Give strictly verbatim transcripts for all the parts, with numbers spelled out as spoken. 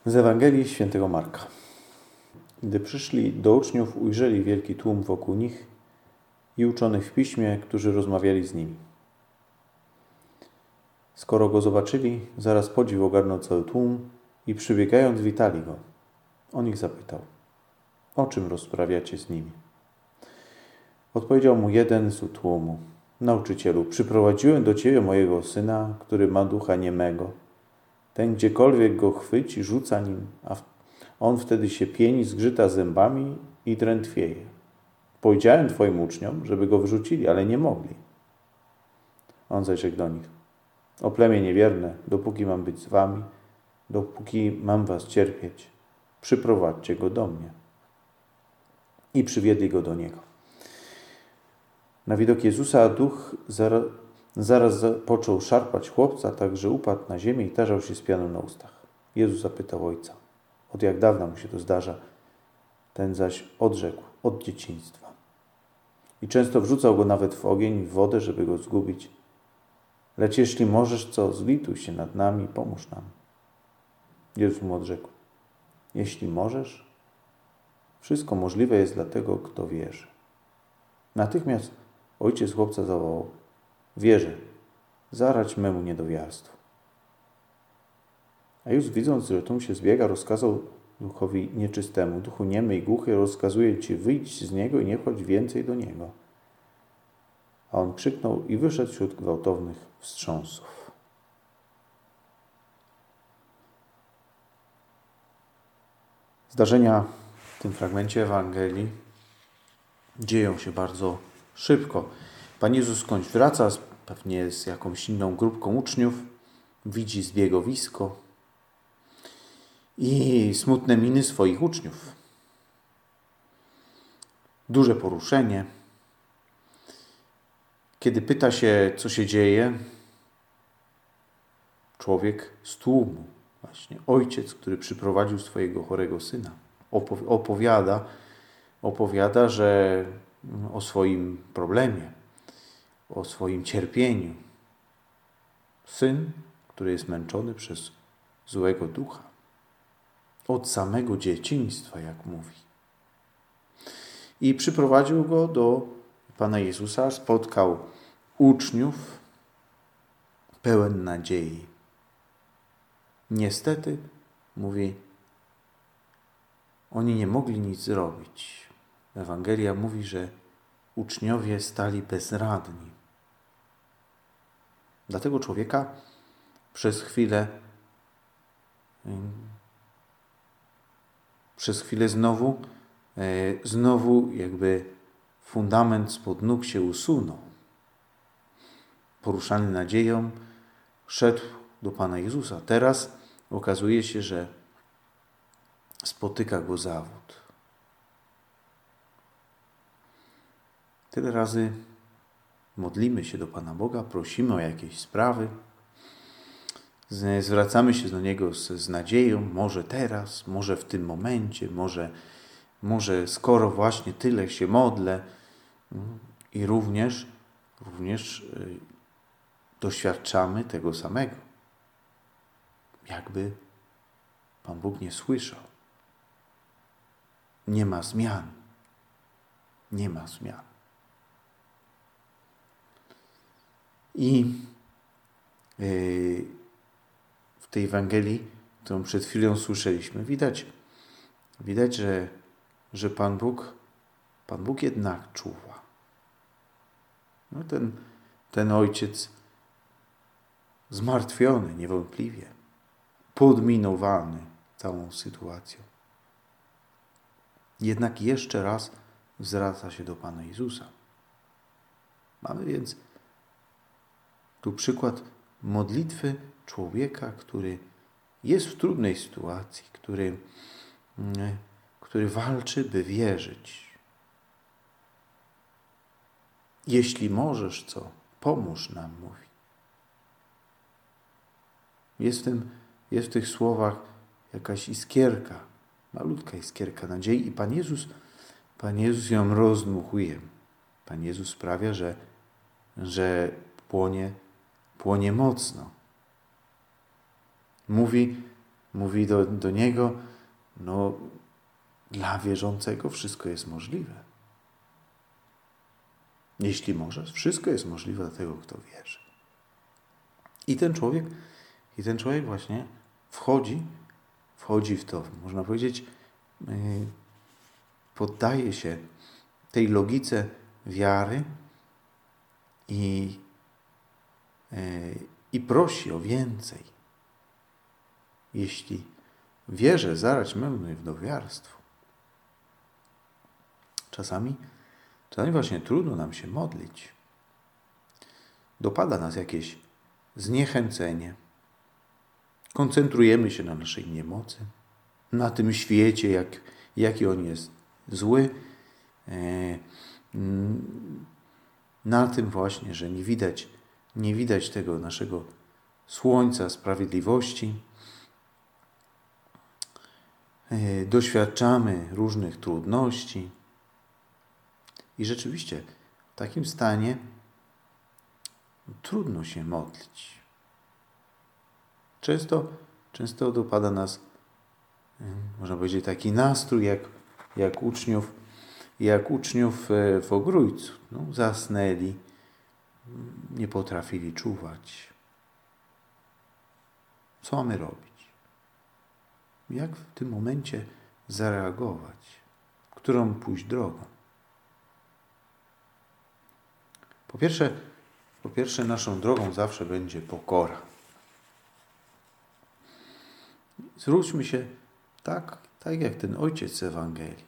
Z Ewangelii Świętego Marka. Gdy przyszli do uczniów, ujrzeli wielki tłum wokół nich i uczonych w piśmie, którzy rozmawiali z nimi. Skoro go zobaczyli, zaraz podziw ogarnął cały tłum i przybiegając witali go. On ich zapytał: o czym rozprawiacie z nimi? Odpowiedział mu jeden z tłumu: Nauczycielu, przyprowadziłem do ciebie mojego syna, który ma ducha niemego. Ten gdziekolwiek go chwyci, rzuca nim, a on wtedy się pieni, zgrzyta zębami i drętwieje. Powiedziałem twoim uczniom, żeby go wyrzucili, ale nie mogli. On zaś rzekł do nich: o plemię niewierne, dopóki mam być z wami, dopóki mam was cierpieć, przyprowadźcie go do mnie. I przywiedli go do niego. Na widok Jezusa duch zaraz, zaraz począł szarpać chłopca, tak że upadł na ziemię i tarzał się z pianą na ustach. Jezus zapytał ojca: od jak dawna mu się to zdarza? Ten zaś odrzekł: od dzieciństwa. I często wrzucał go nawet w ogień i w wodę, żeby go zgubić. Lecz jeśli możesz, co, zlituj się nad nami, pomóż nam. Jezus mu odrzekł: jeśli możesz, wszystko możliwe jest dla tego, kto wierzy. Natychmiast ojciec chłopca zawołał: wierzę, zarać memu niedowiarstwu. A już widząc, że tłum się zbiega, rozkazał duchowi nieczystemu: duchu niemy i głuchy, rozkazuje ci, wyjdź z niego i nie chodź więcej do niego. A on krzyknął i wyszedł wśród gwałtownych wstrząsów. Zdarzenia w tym fragmencie Ewangelii dzieją się bardzo szybko. Pan Jezus skądś wraca, pewnie z jakąś inną grupką uczniów, widzi zbiegowisko i smutne miny swoich uczniów. Duże poruszenie. Kiedy pyta się, co się dzieje, człowiek z tłumu, właśnie ojciec, który przyprowadził swojego chorego syna, opowiada, opowiada, że o swoim problemie, o swoim cierpieniu. Syn, który jest męczony przez złego ducha. Od samego dzieciństwa, jak mówi. I przyprowadził go do Pana Jezusa, spotkał uczniów pełen nadziei. Niestety, mówi, oni nie mogli nic zrobić. Ewangelia mówi, że uczniowie stali bezradni. Dla tego człowieka przez chwilę przez chwilę znowu znowu jakby fundament spod nóg się usunął. Poruszany nadzieją szedł do Pana Jezusa. Teraz okazuje się, że spotyka go zawód. Tyle razy modlimy się do Pana Boga, prosimy o jakieś sprawy, zwracamy się do Niego z, z nadzieją, może teraz, może w tym momencie, może, może skoro właśnie tyle się modlę. I również, również doświadczamy tego samego. Jakby Pan Bóg nie słyszał. Nie ma zmian. Nie ma zmian. I w tej Ewangelii, którą przed chwilą słyszeliśmy, widać, widać, że, że Pan Bóg, Pan Bóg jednak czuwa. No ten, ten ojciec zmartwiony niewątpliwie, podminowany całą sytuacją. Jednak jeszcze raz zwraca się do Pana Jezusa. Mamy więc tu przykład modlitwy człowieka, który jest w trudnej sytuacji, który, który walczy, by wierzyć. Jeśli możesz, co? Pomóż nam, mówi. Jest w, tym, jest w tych słowach jakaś iskierka, malutka iskierka nadziei i Pan Jezus, Pan Jezus ją rozdmuchuje. Pan Jezus sprawia, że, że płonie, płonie mocno. Mówi, mówi do, do niego, no dla wierzącego wszystko jest możliwe. Jeśli możesz, wszystko jest możliwe dla tego, kto wierzy. I ten człowiek, i ten człowiek właśnie wchodzi, wchodzi w to, można powiedzieć, yy, poddaje się tej logice wiary i, yy, i prosi o więcej. Jeśli wierzę, zarać memu w dowiarstwo. Czasami, czasami właśnie trudno nam się modlić. Dopada nas jakieś zniechęcenie. Koncentrujemy się na naszej niemocy, na tym świecie, jak, jaki on jest zły, na tym właśnie, że nie widać, nie widać tego naszego słońca sprawiedliwości. Doświadczamy różnych trudności i rzeczywiście w takim stanie trudno się modlić. Często, często dopada nas, można powiedzieć, taki nastrój, jak, jak uczniów, jak uczniów w Ogrójcu. No, zasnęli, nie potrafili czuwać. Co mamy robić? Jak w tym momencie zareagować? Którą pójść drogą? Po pierwsze, po pierwsze, naszą drogą zawsze będzie pokora. Zwróćmy się tak, tak jak ten ojciec z Ewangelii.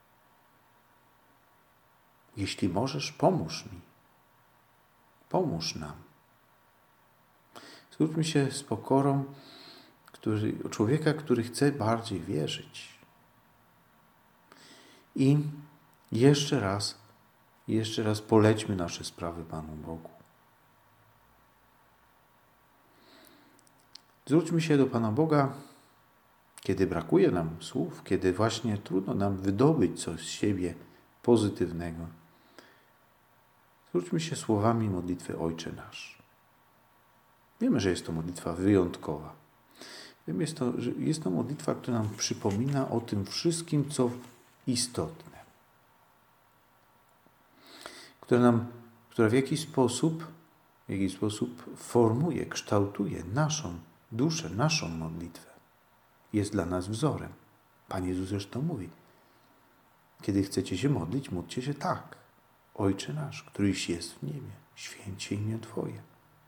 Jeśli możesz, pomóż mi. Pomóż nam. Zwróćmy się z pokorą który, człowieka, który chce bardziej wierzyć. I jeszcze raz, jeszcze raz polećmy nasze sprawy Panu Bogu. Zwróćmy się do Pana Boga, kiedy brakuje nam słów, kiedy właśnie trudno nam wydobyć coś z siebie pozytywnego. Zwróćmy się słowami modlitwy Ojcze Nasz. Wiemy, że jest to modlitwa wyjątkowa. Wiemy, jest to, że jest to modlitwa, która nam przypomina o tym wszystkim, co istotne. Która nam, która w jakiś sposób, w jakiś sposób formuje, kształtuje naszą duszę, naszą modlitwę. Jest dla nas wzorem. Pan Jezus zresztą mówi, kiedy chcecie się modlić, módlcie się tak. Ojcze nasz, któryś jest w niebie, święć się imię Twoje.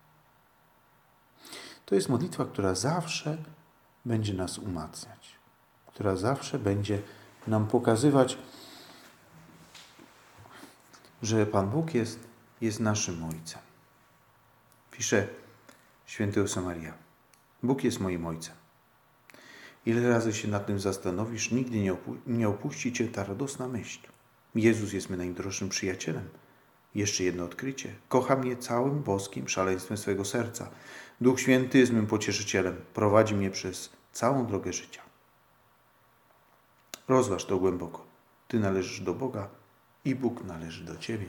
To jest modlitwa, która zawsze będzie nas umacniać, która zawsze będzie nam pokazywać, że Pan Bóg jest, jest naszym Ojcem. Pisze święty Josemaria. Bóg jest moim Ojcem. Ile razy się nad tym zastanowisz, nigdy nie, opu- nie opuści Cię ta radosna myśl. Jezus jest my najdroższym przyjacielem. Jeszcze jedno odkrycie. Kocha mnie całym boskim szaleństwem swego serca. Duch Święty jest mym pocieszycielem. Prowadzi mnie przez całą drogę życia. Rozważ to głęboko. Ty należysz do Boga i Bóg należy do Ciebie.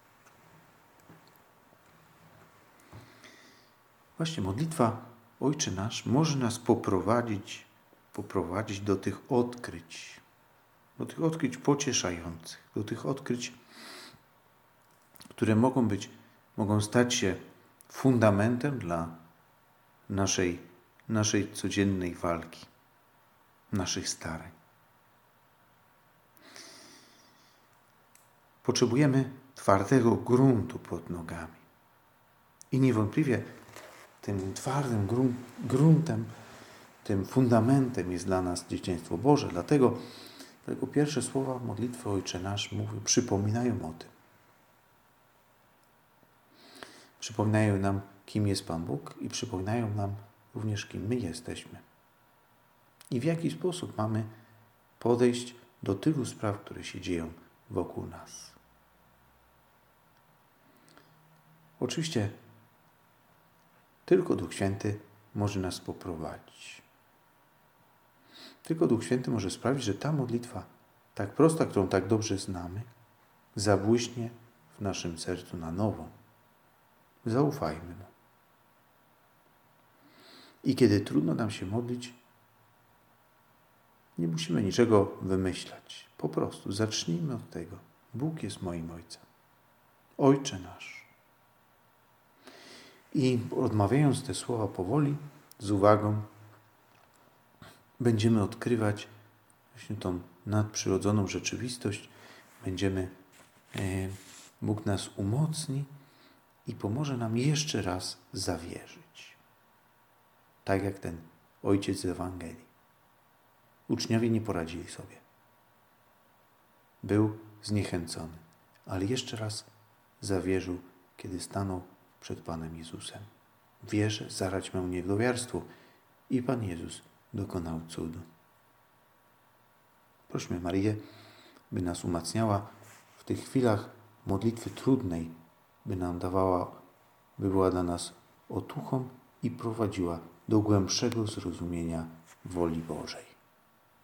Właśnie modlitwa Ojcze Nasz może nas poprowadzić, poprowadzić do tych odkryć, do tych odkryć pocieszających, do tych odkryć, które mogą być, mogą stać się fundamentem dla naszej, naszej codziennej walki, naszych starań. Potrzebujemy twardego gruntu pod nogami. I niewątpliwie tym twardym gruntem, tym fundamentem jest dla nas dzieciństwo Boże. Dlatego, dlatego pierwsze słowa modlitwy Ojcze Nasz mówią, przypominają o tym. Przypominają nam, kim jest Pan Bóg i przypominają nam również, kim my jesteśmy. I w jaki sposób mamy podejść do tylu spraw, które się dzieją wokół nas. Oczywiście tylko Duch Święty może nas poprowadzić. Tylko Duch Święty może sprawić, że ta modlitwa, tak prosta, którą tak dobrze znamy, zabłyśnie w naszym sercu na nowo. Zaufajmy Mu. I kiedy trudno nam się modlić, Nie musimy niczego wymyślać. Po prostu zacznijmy od tego. Bóg jest moim Ojcem. Ojcze nasz. I odmawiając te słowa powoli, z uwagą, będziemy odkrywać właśnie tą nadprzyrodzoną rzeczywistość. Będziemy, e, Bóg nas umocni i pomoże nam jeszcze raz zawierzyć. Tak jak ten ojciec z Ewangelii. Uczniowie nie poradzili sobie. Był zniechęcony, ale jeszcze raz zawierzył, kiedy stanął przed Panem Jezusem. Wierzę, zarać mę niedowiarstwu. I Pan Jezus dokonał cudu. Prośmy Maryję, by nas umacniała w tych chwilach modlitwy trudnej, by nam dawała, by była dla nas otuchą i prowadziła do głębszego zrozumienia woli Bożej.